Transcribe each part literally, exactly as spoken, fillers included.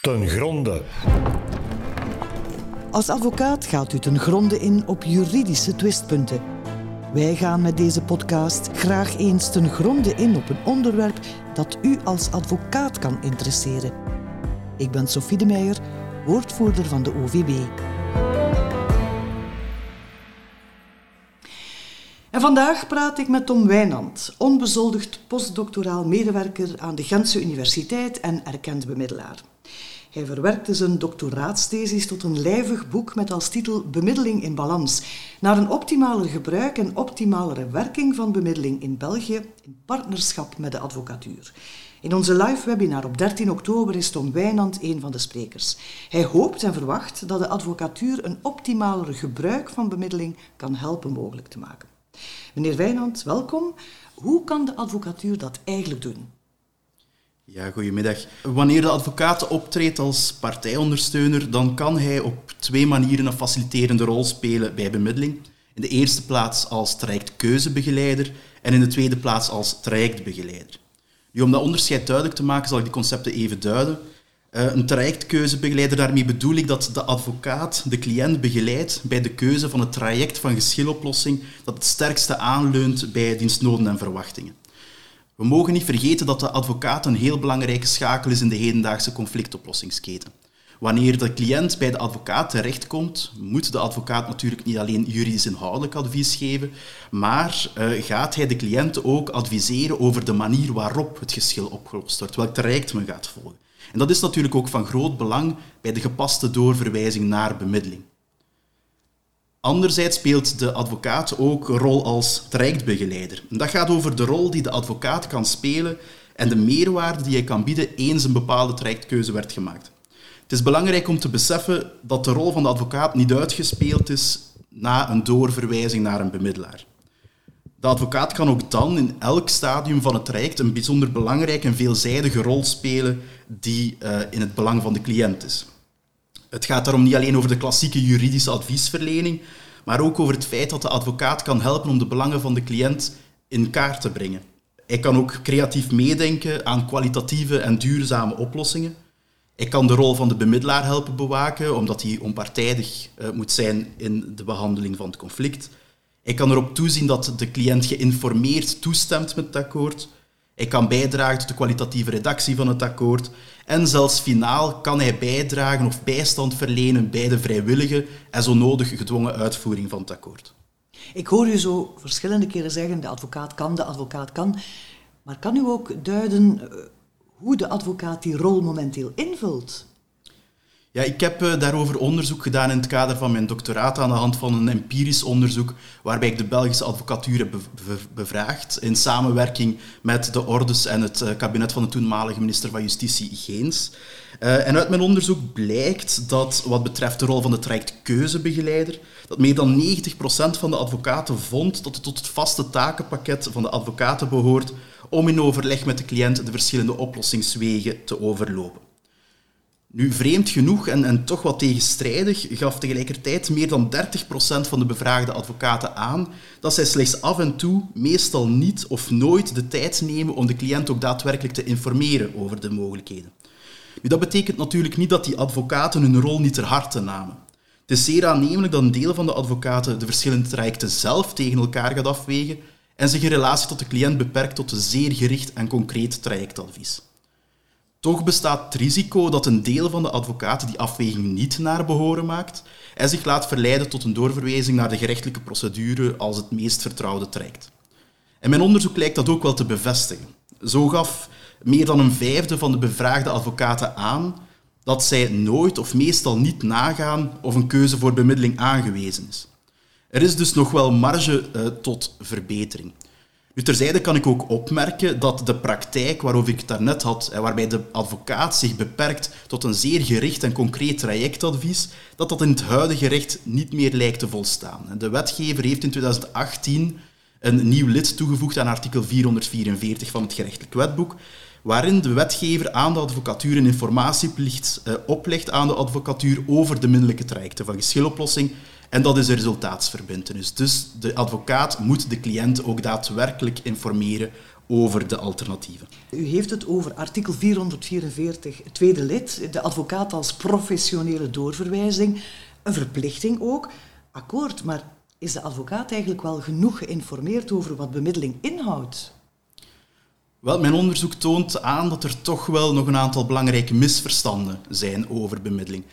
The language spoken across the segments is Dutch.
Ten gronde. Als advocaat gaat u ten gronde in op juridische twistpunten. Wij gaan met deze podcast graag eens ten gronde in op een onderwerp dat u als advocaat kan interesseren. Ik ben Sophie de Meijer, woordvoerder van de O V B. En vandaag praat ik met Tom Wijnand, onbezoldigd postdoctoraal medewerker aan de Gentse Universiteit en erkend bemiddelaar. Hij verwerkte zijn doctoraatsthesis tot een lijvig boek met als titel Bemiddeling in balans, naar een optimaler gebruik en optimalere werking van bemiddeling in België in partnerschap met de advocatuur. In onze live webinar op dertien oktober is Tom Wijnand een van de sprekers. Hij hoopt en verwacht dat de advocatuur een optimalere gebruik van bemiddeling kan helpen mogelijk te maken. Meneer Wijnand, welkom. Hoe kan de advocatuur dat eigenlijk doen? Ja, goedemiddag. Wanneer de advocaat optreedt als partijondersteuner, dan kan hij op twee manieren een faciliterende rol spelen bij bemiddeling. In de eerste plaats als trajectkeuzebegeleider en in de tweede plaats als trajectbegeleider. Nu, om dat onderscheid duidelijk te maken, zal ik die concepten even duiden. Uh, een trajectkeuzebegeleider, daarmee bedoel ik dat de advocaat de cliënt begeleidt bij de keuze van het traject van geschiloplossing dat het sterkste aanleunt bij diens noden en verwachtingen. We mogen niet vergeten dat de advocaat een heel belangrijke schakel is in de hedendaagse conflictoplossingsketen. Wanneer de cliënt bij de advocaat terechtkomt, moet de advocaat natuurlijk niet alleen juridisch inhoudelijk advies geven, maar uh, gaat hij de cliënt ook adviseren over de manier waarop het geschil opgelost wordt, welk traject men gaat volgen. En dat is natuurlijk ook van groot belang bij de gepaste doorverwijzing naar bemiddeling. Anderzijds speelt de advocaat ook een rol als trajectbegeleider. Dat gaat over de rol die de advocaat kan spelen en de meerwaarde die hij kan bieden eens een bepaalde trajectkeuze werd gemaakt. Het is belangrijk om te beseffen dat de rol van de advocaat niet uitgespeeld is na een doorverwijzing naar een bemiddelaar. De advocaat kan ook dan in elk stadium van het traject een bijzonder belangrijke en veelzijdige rol spelen die uh, in het belang van de cliënt is. Het gaat daarom niet alleen over de klassieke juridische adviesverlening, maar ook over het feit dat de advocaat kan helpen om de belangen van de cliënt in kaart te brengen. Hij kan ook creatief meedenken aan kwalitatieve en duurzame oplossingen. Hij kan de rol van de bemiddelaar helpen bewaken, omdat hij onpartijdig uh, moet zijn in de behandeling van het conflict. Hij kan erop toezien dat de cliënt geïnformeerd toestemt met het akkoord. Hij kan bijdragen tot de kwalitatieve redactie van het akkoord. En zelfs finaal kan hij bijdragen of bijstand verlenen bij de vrijwillige en zo nodig gedwongen uitvoering van het akkoord. Ik hoor u zo verschillende keren zeggen, de advocaat kan, de advocaat kan. Maar kan u ook duiden uh, hoe de advocaat die rol momenteel invult? Ja, ik heb uh, daarover onderzoek gedaan in het kader van mijn doctoraat aan de hand van een empirisch onderzoek waarbij ik de Belgische advocatuur heb bev- bevraagd in samenwerking met de ordes en het uh, kabinet van de toenmalige minister van Justitie Geens. Uh, en uit mijn onderzoek blijkt dat wat betreft de rol van de trajectkeuzebegeleider, dat meer dan negentig procent van de advocaten vond dat het tot het vaste takenpakket van de advocaten behoort om in overleg met de cliënt de verschillende oplossingswegen te overlopen. Nu, vreemd genoeg en, en toch wat tegenstrijdig, gaf tegelijkertijd meer dan dertig procent van de bevraagde advocaten aan dat zij slechts af en toe, meestal niet of nooit, de tijd nemen om de cliënt ook daadwerkelijk te informeren over de mogelijkheden. Nu, dat betekent natuurlijk niet dat die advocaten hun rol niet ter harte namen. Het is zeer aannemelijk dat een deel van de advocaten de verschillende trajecten zelf tegen elkaar gaat afwegen en zich in relatie tot de cliënt beperkt tot een zeer gericht en concreet trajectadvies. Toch bestaat het risico dat een deel van de advocaten die afweging niet naar behoren maakt en zich laat verleiden tot een doorverwijzing naar de gerechtelijke procedure als het meest vertrouwde traject. En mijn onderzoek lijkt dat ook wel te bevestigen. Zo gaf meer dan een vijfde van de bevraagde advocaten aan dat zij nooit of meestal niet nagaan of een keuze voor bemiddeling aangewezen is. Er is dus nog wel marge uh, tot verbetering. Nu, terzijde kan ik ook opmerken dat de praktijk waarover ik het daarnet had, en waarbij de advocaat zich beperkt tot een zeer gericht en concreet trajectadvies, dat dat in het huidige recht niet meer lijkt te volstaan. De wetgever heeft in twintig achttien een nieuw lid toegevoegd aan artikel vierhonderdvierenveertig van het gerechtelijk wetboek, waarin de wetgever aan de advocatuur een informatieplicht eh, oplegt aan de advocatuur over de minderlijke trajecten van geschiloplossing. En dat is een resultaatsverbintenis. Dus de advocaat moet de cliënt ook daadwerkelijk informeren over de alternatieven. U heeft het over artikel vierhonderdvierenveertig, tweede lid, de advocaat als professionele doorverwijzing, een verplichting ook. Akkoord, maar is de advocaat eigenlijk wel genoeg geïnformeerd over wat bemiddeling inhoudt? Wel, mijn onderzoek toont aan dat er toch wel nog een aantal belangrijke misverstanden zijn over bemiddeling.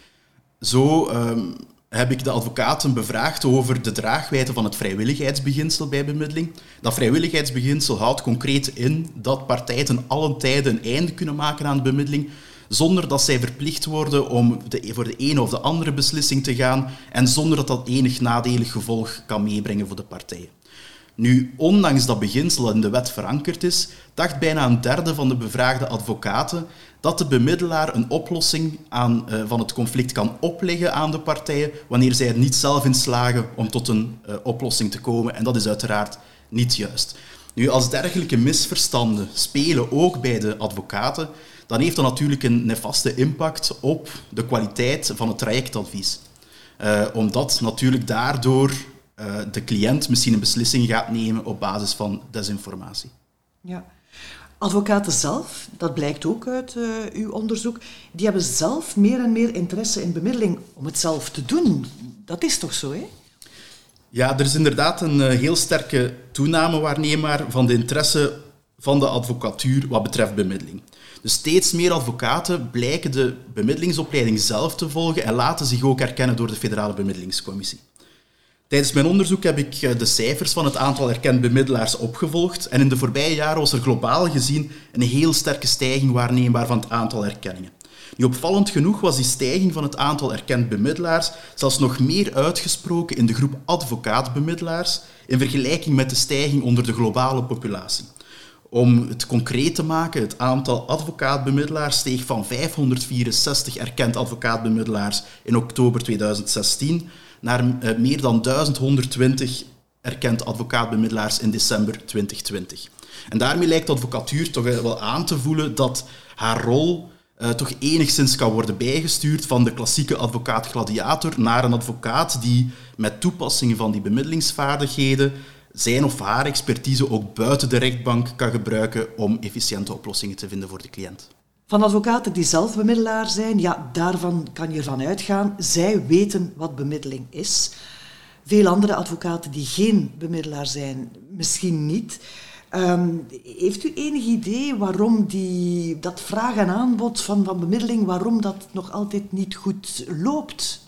Zo um, heb ik de advocaten bevraagd over de draagwijdte van het vrijwilligheidsbeginsel bij bemiddeling. Dat vrijwilligheidsbeginsel houdt concreet in dat partijen ten allen tijde een einde kunnen maken aan de bemiddeling, zonder dat zij verplicht worden om de, voor de ene of de andere beslissing te gaan en zonder dat dat enig nadelig gevolg kan meebrengen voor de partijen. Nu, ondanks dat beginsel in de wet verankerd is, dacht bijna een derde van de bevraagde advocaten dat de bemiddelaar een oplossing aan, uh, van het conflict kan opleggen aan de partijen wanneer zij er niet zelf in slagen om tot een uh, oplossing te komen. En dat is uiteraard niet juist. Nu, als dergelijke misverstanden spelen ook bij de advocaten, dan heeft dat natuurlijk een nefaste impact op de kwaliteit van het trajectadvies. Uh, omdat natuurlijk daardoor uh, de cliënt misschien een beslissing gaat nemen op basis van desinformatie. Ja. Advocaten zelf, dat blijkt ook uit uh, uw onderzoek, die hebben zelf meer en meer interesse in bemiddeling om het zelf te doen. Dat is toch zo, hè? Ja, er is inderdaad een uh, heel sterke toename waarneembaar van de interesse van de advocatuur wat betreft bemiddeling. Dus steeds meer advocaten blijken de bemiddelingsopleiding zelf te volgen en laten zich ook erkennen door de Federale Bemiddelingscommissie. Tijdens mijn onderzoek heb ik de cijfers van het aantal erkend bemiddelaars opgevolgd en in de voorbije jaren was er globaal gezien een heel sterke stijging waarneembaar van het aantal erkenningen. Nu, opvallend genoeg was die stijging van het aantal erkend bemiddelaars zelfs nog meer uitgesproken in de groep advocaatbemiddelaars in vergelijking met de stijging onder de globale populatie. Om het concreet te maken, het aantal advocaatbemiddelaars steeg van vijfhonderdvierenzestig erkend advocaatbemiddelaars in oktober tweeduizend zestien naar uh, meer dan duizend honderdtwintig erkend advocaatbemiddelaars in december twintig twintig. En daarmee lijkt de advocatuur toch wel aan te voelen dat haar rol uh, toch enigszins kan worden bijgestuurd van de klassieke advocaat-gladiator naar een advocaat die met toepassingen van die bemiddelingsvaardigheden zijn of haar expertise ook buiten de rechtbank kan gebruiken om efficiënte oplossingen te vinden voor de cliënt. Van advocaten die zelf bemiddelaar zijn, ja, daarvan kan je ervan uitgaan, zij weten wat bemiddeling is. Veel andere advocaten die geen bemiddelaar zijn, misschien niet. Um, heeft u enig idee waarom die, dat vraag en aanbod van, van bemiddeling, waarom dat nog altijd niet goed loopt?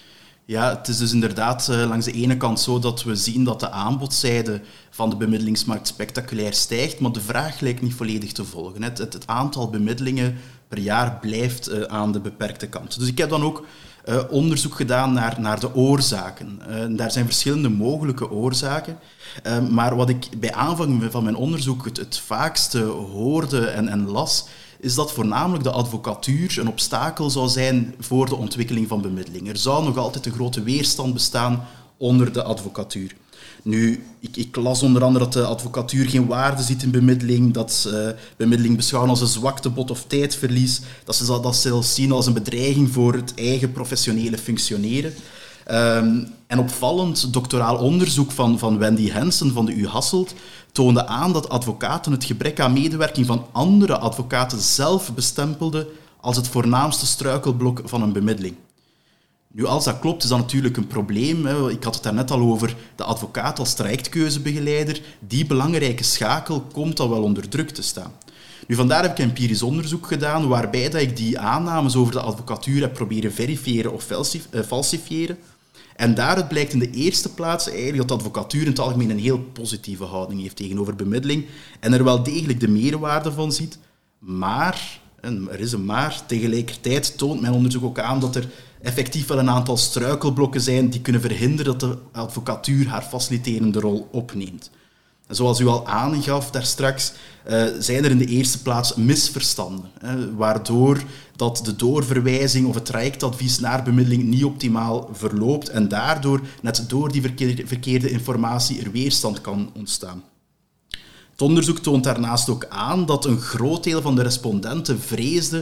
Ja, het is dus inderdaad uh, langs de ene kant zo dat we zien dat de aanbodzijde van de bemiddelingsmarkt spectaculair stijgt, maar de vraag lijkt niet volledig te volgen. Het, het, het aantal bemiddelingen per jaar blijft uh, aan de beperkte kant. Dus ik heb dan ook uh, onderzoek gedaan naar, naar de oorzaken. Uh, daar zijn verschillende mogelijke oorzaken. Uh, maar wat ik bij aanvang van mijn onderzoek het, het vaakste hoorde en, en las, is dat voornamelijk de advocatuur een obstakel zou zijn voor de ontwikkeling van bemiddeling. Er zou nog altijd een grote weerstand bestaan onder de advocatuur. Nu, ik, ik las onder andere dat de advocatuur geen waarde ziet in bemiddeling, dat ze uh, bemiddeling beschouwen als een zwaktebod of tijdverlies, dat ze dat zelfs zien als een bedreiging voor het eigen professionele functioneren. Um, en opvallend doctoraal onderzoek van, van Wendy Hansen van de U Hasselt toonde aan dat advocaten het gebrek aan medewerking van andere advocaten zelf bestempelden als het voornaamste struikelblok van een bemiddeling. Nu, als dat klopt, is dat natuurlijk een probleem. Hè. Ik had het daarnet al over de advocaat als trajectkeuzebegeleider. Die belangrijke schakel komt dan wel onder druk te staan. Nu, vandaar heb ik empirisch onderzoek gedaan waarbij dat ik die aannames over de advocatuur heb proberen verifiëren of falsifiëren. En daaruit blijkt in de eerste plaats eigenlijk dat de advocatuur in het algemeen een heel positieve houding heeft tegenover bemiddeling en er wel degelijk de meerwaarde van ziet. Maar, en er is een maar, tegelijkertijd toont mijn onderzoek ook aan dat er effectief wel een aantal struikelblokken zijn die kunnen verhinderen dat de advocatuur haar faciliterende rol opneemt. En zoals u al aangaf daarstraks, uh, zijn er in de eerste plaats misverstanden, hè, waardoor dat de doorverwijzing of het trajectadvies naar bemiddeling niet optimaal verloopt en daardoor, net door die verkeerde, verkeerde informatie, er weerstand kan ontstaan. Het onderzoek toont daarnaast ook aan dat een groot deel van de respondenten vreesde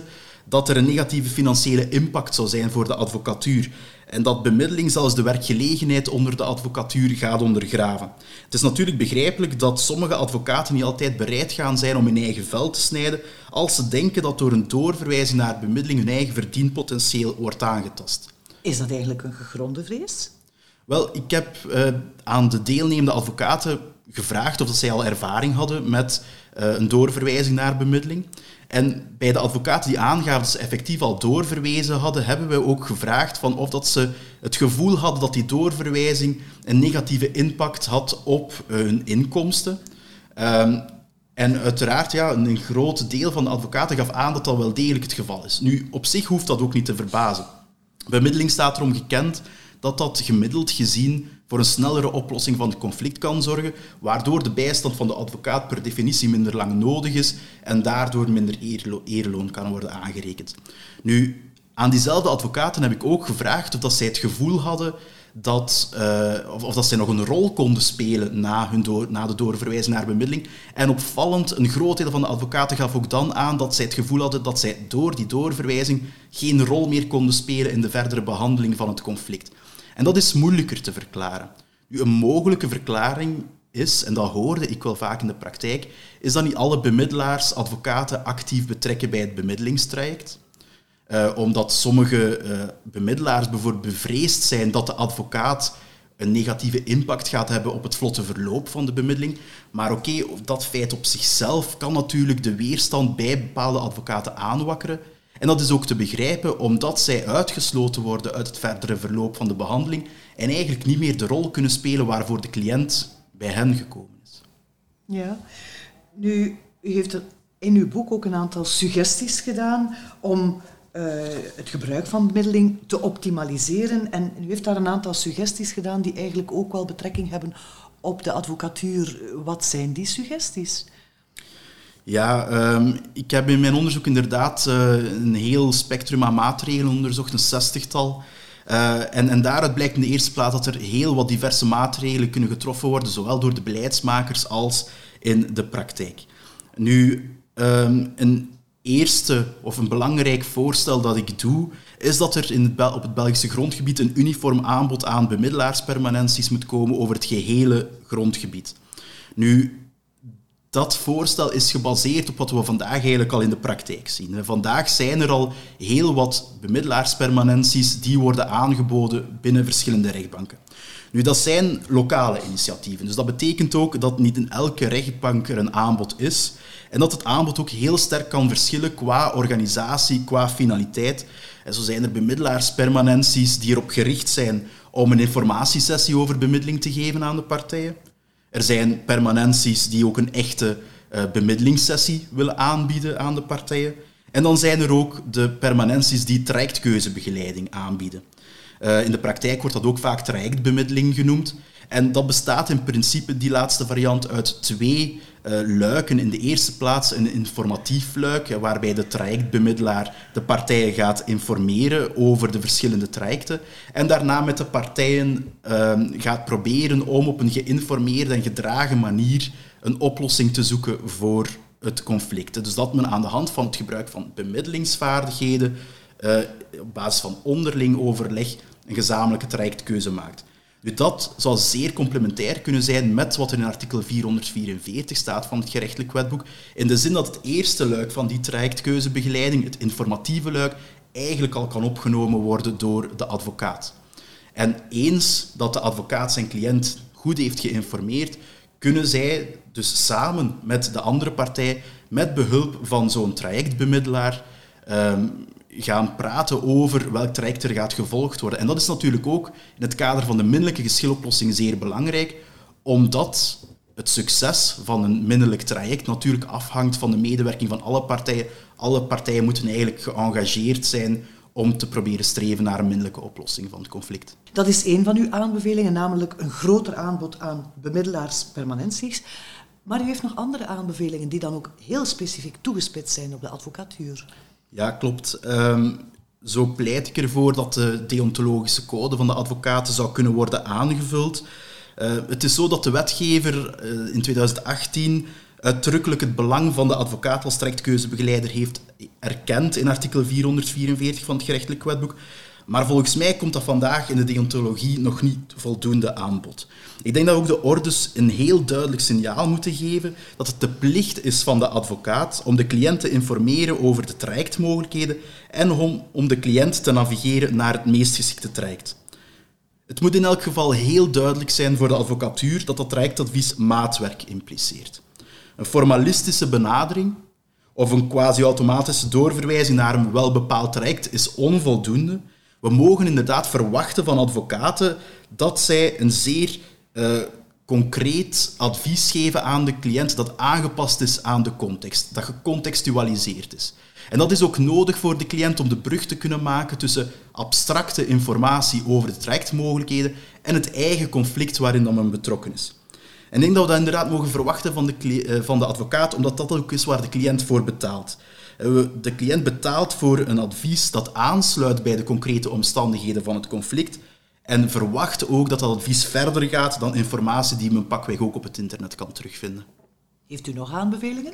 dat er een negatieve financiële impact zou zijn voor de advocatuur en dat bemiddeling zelfs de werkgelegenheid onder de advocatuur gaat ondergraven. Het is natuurlijk begrijpelijk dat sommige advocaten niet altijd bereid gaan zijn om hun eigen vel te snijden als ze denken dat door een doorverwijzing naar bemiddeling hun eigen verdienpotentieel wordt aangetast. Is dat eigenlijk een gegronde vrees? Wel, ik heb uh, aan de deelnemende advocaten gevraagd of dat zij al ervaring hadden met uh, een doorverwijzing naar bemiddeling. En bij de advocaten die aangaven dat ze effectief al doorverwezen hadden, hebben we ook gevraagd van of dat ze het gevoel hadden dat die doorverwijzing een negatieve impact had op uh, hun inkomsten. Um, en uiteraard, ja, een groot deel van de advocaten gaf aan dat dat wel degelijk het geval is. Nu, op zich hoeft dat ook niet te verbazen. Bemiddeling staat erom gekend dat dat gemiddeld gezien voor een snellere oplossing van het conflict kan zorgen, waardoor de bijstand van de advocaat per definitie minder lang nodig is en daardoor minder eerlo- eerloon kan worden aangerekend. Nu, aan diezelfde advocaten heb ik ook gevraagd of dat zij het gevoel hadden dat, uh, of, of dat zij nog een rol konden spelen na, hun door, na de doorverwijzing naar bemiddeling. En opvallend, een groot deel van de advocaten gaf ook dan aan dat zij het gevoel hadden dat zij door die doorverwijzing geen rol meer konden spelen in de verdere behandeling van het conflict. En dat is moeilijker te verklaren. Nu, een mogelijke verklaring is, en dat hoorde ik wel vaak in de praktijk, is dat niet alle bemiddelaars advocaten actief betrekken bij het bemiddelingstraject. Uh, omdat sommige uh, bemiddelaars bijvoorbeeld bevreesd zijn dat de advocaat een negatieve impact gaat hebben op het vlotte verloop van de bemiddeling. Maar oké, okay, dat feit op zichzelf kan natuurlijk de weerstand bij bepaalde advocaten aanwakkeren. En dat is ook te begrijpen omdat zij uitgesloten worden uit het verdere verloop van de behandeling en eigenlijk niet meer de rol kunnen spelen waarvoor de cliënt bij hen gekomen is. Ja, nu, u heeft er in uw boek ook een aantal suggesties gedaan om uh, het gebruik van bemiddeling te optimaliseren. En u heeft daar een aantal suggesties gedaan die eigenlijk ook wel betrekking hebben op de advocatuur. Wat zijn die suggesties? Ja, um, ik heb in mijn onderzoek inderdaad uh, een heel spectrum aan maatregelen onderzocht, een zestigtal. Uh, en, en daaruit blijkt in de eerste plaats dat er heel wat diverse maatregelen kunnen getroffen worden, zowel door de beleidsmakers als in de praktijk. Nu, um, een eerste of een belangrijk voorstel dat ik doe, is dat er in het Bel- op het Belgische grondgebied een uniform aanbod aan bemiddelaarspermanenties moet komen over het gehele grondgebied. Nu, dat voorstel is gebaseerd op wat we vandaag eigenlijk al in de praktijk zien. Vandaag zijn er al heel wat bemiddelaarspermanenties die worden aangeboden binnen verschillende rechtbanken. Nu, dat zijn lokale initiatieven. Dus dat betekent ook dat niet in elke rechtbank er een aanbod is en dat het aanbod ook heel sterk kan verschillen qua organisatie, qua finaliteit. En zo zijn er bemiddelaarspermanenties die erop gericht zijn om een informatiesessie over bemiddeling te geven aan de partijen. Er zijn permanenties die ook een echte uh, bemiddelingssessie willen aanbieden aan de partijen. En dan zijn er ook de permanenties die trajectkeuzebegeleiding aanbieden. Uh, in de praktijk wordt dat ook vaak trajectbemiddeling genoemd. En dat bestaat in principe, die laatste variant, uit twee uh, luiken. In de eerste plaats een informatief luik, ja, waarbij de trajectbemiddelaar de partijen gaat informeren over de verschillende trajecten. En daarna met de partijen uh, gaat proberen om op een geïnformeerde en gedragen manier een oplossing te zoeken voor het conflict. Dus dat men aan de hand van het gebruik van bemiddelingsvaardigheden uh, op basis van onderling overleg een gezamenlijke trajectkeuze maakt. Nu, dat zou zeer complementair kunnen zijn met wat er in artikel vierhonderdvierenveertig staat van het gerechtelijk wetboek, in de zin dat het eerste luik van die trajectkeuzebegeleiding, het informatieve luik, eigenlijk al kan opgenomen worden door de advocaat. En eens dat de advocaat zijn cliënt goed heeft geïnformeerd, kunnen zij dus samen met de andere partij, met behulp van zo'n trajectbemiddelaar, um, gaan praten over welk traject er gaat gevolgd worden. En dat is natuurlijk ook in het kader van de minderlijke geschiloplossing zeer belangrijk, omdat het succes van een minderlijk traject natuurlijk afhangt van de medewerking van alle partijen. Alle partijen moeten eigenlijk geëngageerd zijn om te proberen streven naar een minderlijke oplossing van het conflict. Dat is één van uw aanbevelingen, namelijk een groter aanbod aan bemiddelaarspermanenties. Maar u heeft nog andere aanbevelingen die dan ook heel specifiek toegespitst zijn op de advocatuur. Ja, klopt. Um, zo pleit ik ervoor dat de deontologische code van de advocaten zou kunnen worden aangevuld. Uh, het is zo dat de wetgever uh, in tweeduizend achttien uitdrukkelijk het belang van de advocaat als trajectkeuzebegeleider heeft erkend in artikel vierhonderdvierenveertig van het gerechtelijk wetboek. Maar volgens mij komt dat vandaag in de deontologie nog niet voldoende aan bod. Ik denk dat ook de ordes een heel duidelijk signaal moeten geven dat het de plicht is van de advocaat om de cliënt te informeren over de trajectmogelijkheden en om, om de cliënt te navigeren naar het meest geschikte traject. Het moet in elk geval heel duidelijk zijn voor de advocatuur dat dat trajectadvies maatwerk impliceert. Een formalistische benadering of een quasi-automatische doorverwijzing naar een welbepaald traject is onvoldoende. We mogen inderdaad verwachten van advocaten dat zij een zeer uh, concreet advies geven aan de cliënt dat aangepast is aan de context, dat gecontextualiseerd is. En dat is ook nodig voor de cliënt om de brug te kunnen maken tussen abstracte informatie over de trajectmogelijkheden en het eigen conflict waarin dan men betrokken is. En ik denk dat we dat inderdaad mogen verwachten van de, van de advocaat, omdat dat ook is waar de cliënt voor betaalt. De cliënt betaalt voor een advies dat aansluit bij de concrete omstandigheden van het conflict en verwacht ook dat dat advies verder gaat dan informatie die men pakweg ook op het internet kan terugvinden. Heeft u nog aanbevelingen?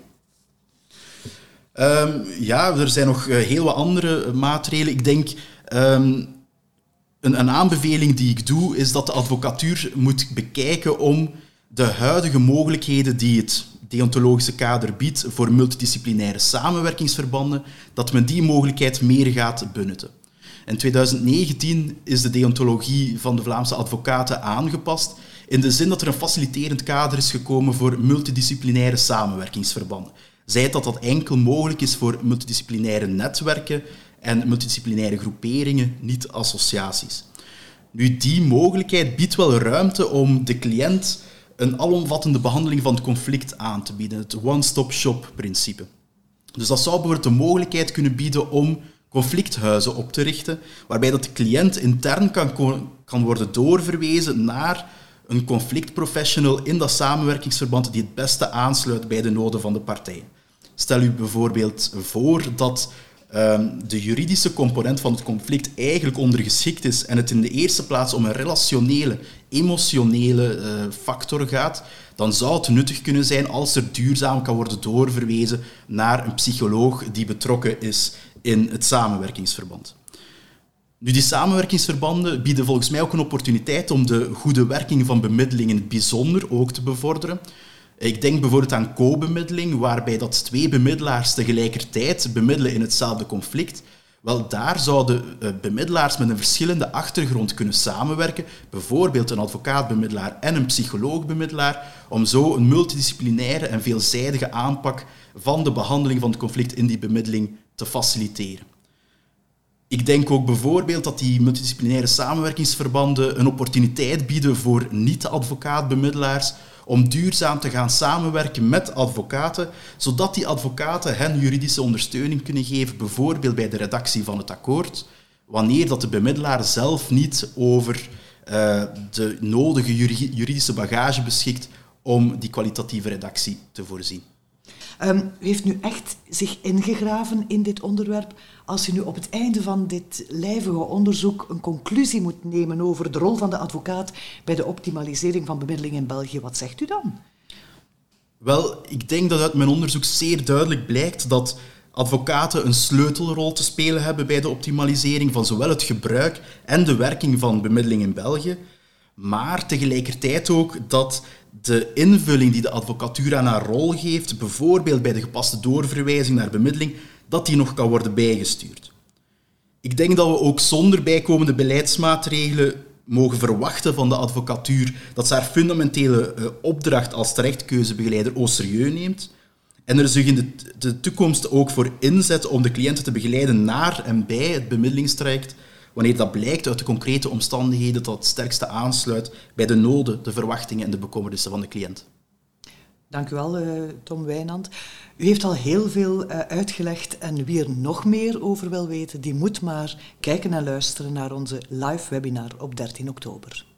Um, ja, er zijn nog heel wat andere maatregelen. Ik denk, um, een, een aanbeveling die ik doe, is dat de advocatuur moet bekijken om de huidige mogelijkheden die het deontologische kader biedt voor multidisciplinaire samenwerkingsverbanden, dat men die mogelijkheid meer gaat benutten. In twintig negentien is de deontologie van de Vlaamse advocaten aangepast in de zin dat er een faciliterend kader is gekomen voor multidisciplinaire samenwerkingsverbanden. Zij dat dat enkel mogelijk is voor multidisciplinaire netwerken en multidisciplinaire groeperingen, niet associaties. Nu, die mogelijkheid biedt wel ruimte om de cliënt een alomvattende behandeling van het conflict aan te bieden, het one-stop-shop-principe. Dus dat zou bijvoorbeeld de mogelijkheid kunnen bieden om conflicthuizen op te richten, waarbij dat de cliënt intern kan, kan worden doorverwezen naar een conflictprofessional in dat samenwerkingsverband die het beste aansluit bij de noden van de partijen. Stel u bijvoorbeeld voor dat um, de juridische component van het conflict eigenlijk ondergeschikt is en het in de eerste plaats om een relationele, emotionele uh, factor gaat, dan zou het nuttig kunnen zijn als er duurzaam kan worden doorverwezen naar een psycholoog die betrokken is in het samenwerkingsverband. Nu, die samenwerkingsverbanden bieden volgens mij ook een opportuniteit om de goede werking van bemiddeling in het bijzonder ook te bevorderen. Ik denk bijvoorbeeld aan co-bemiddeling, waarbij dat twee bemiddelaars tegelijkertijd bemiddelen in hetzelfde conflict. Wel, daar zouden bemiddelaars met een verschillende achtergrond kunnen samenwerken, bijvoorbeeld een advocaat-bemiddelaar en een psycholoog-bemiddelaar, om zo een multidisciplinaire en veelzijdige aanpak van de behandeling van het conflict in die bemiddeling te faciliteren. Ik denk ook bijvoorbeeld dat die multidisciplinaire samenwerkingsverbanden een opportuniteit bieden voor niet-advocaat-bemiddelaars om duurzaam te gaan samenwerken met advocaten, zodat die advocaten hen juridische ondersteuning kunnen geven, bijvoorbeeld bij de redactie van het akkoord, wanneer dat de bemiddelaar zelf niet over uh, de nodige juridische bagage beschikt om die kwalitatieve redactie te voorzien. Um, u heeft nu echt zich ingegraven in dit onderwerp. Als u nu op het einde van dit lijvige onderzoek een conclusie moet nemen over de rol van de advocaat bij de optimalisering van bemiddeling in België, wat zegt u dan? Wel, ik denk dat uit mijn onderzoek zeer duidelijk blijkt dat advocaten een sleutelrol te spelen hebben bij de optimalisering van zowel het gebruik en de werking van bemiddeling in België, maar tegelijkertijd ook dat de invulling die de advocatuur aan haar rol geeft, bijvoorbeeld bij de gepaste doorverwijzing naar bemiddeling, dat die nog kan worden bijgestuurd. Ik denk dat we ook zonder bijkomende beleidsmaatregelen mogen verwachten van de advocatuur dat ze haar fundamentele uh, opdracht als trajectkeuzebegeleider au serieus neemt en er zich in de, de toekomst ook voor inzet om de cliënten te begeleiden naar en bij het bemiddelingstraject, wanneer dat blijkt uit de concrete omstandigheden dat het sterkste aansluit bij de noden, de verwachtingen en de bekommernissen van de cliënt. Dank u wel, uh, Tom Wijnand. U heeft al heel veel uh, uitgelegd en wie er nog meer over wil weten, die moet maar kijken en luisteren naar onze live webinar op dertien oktober.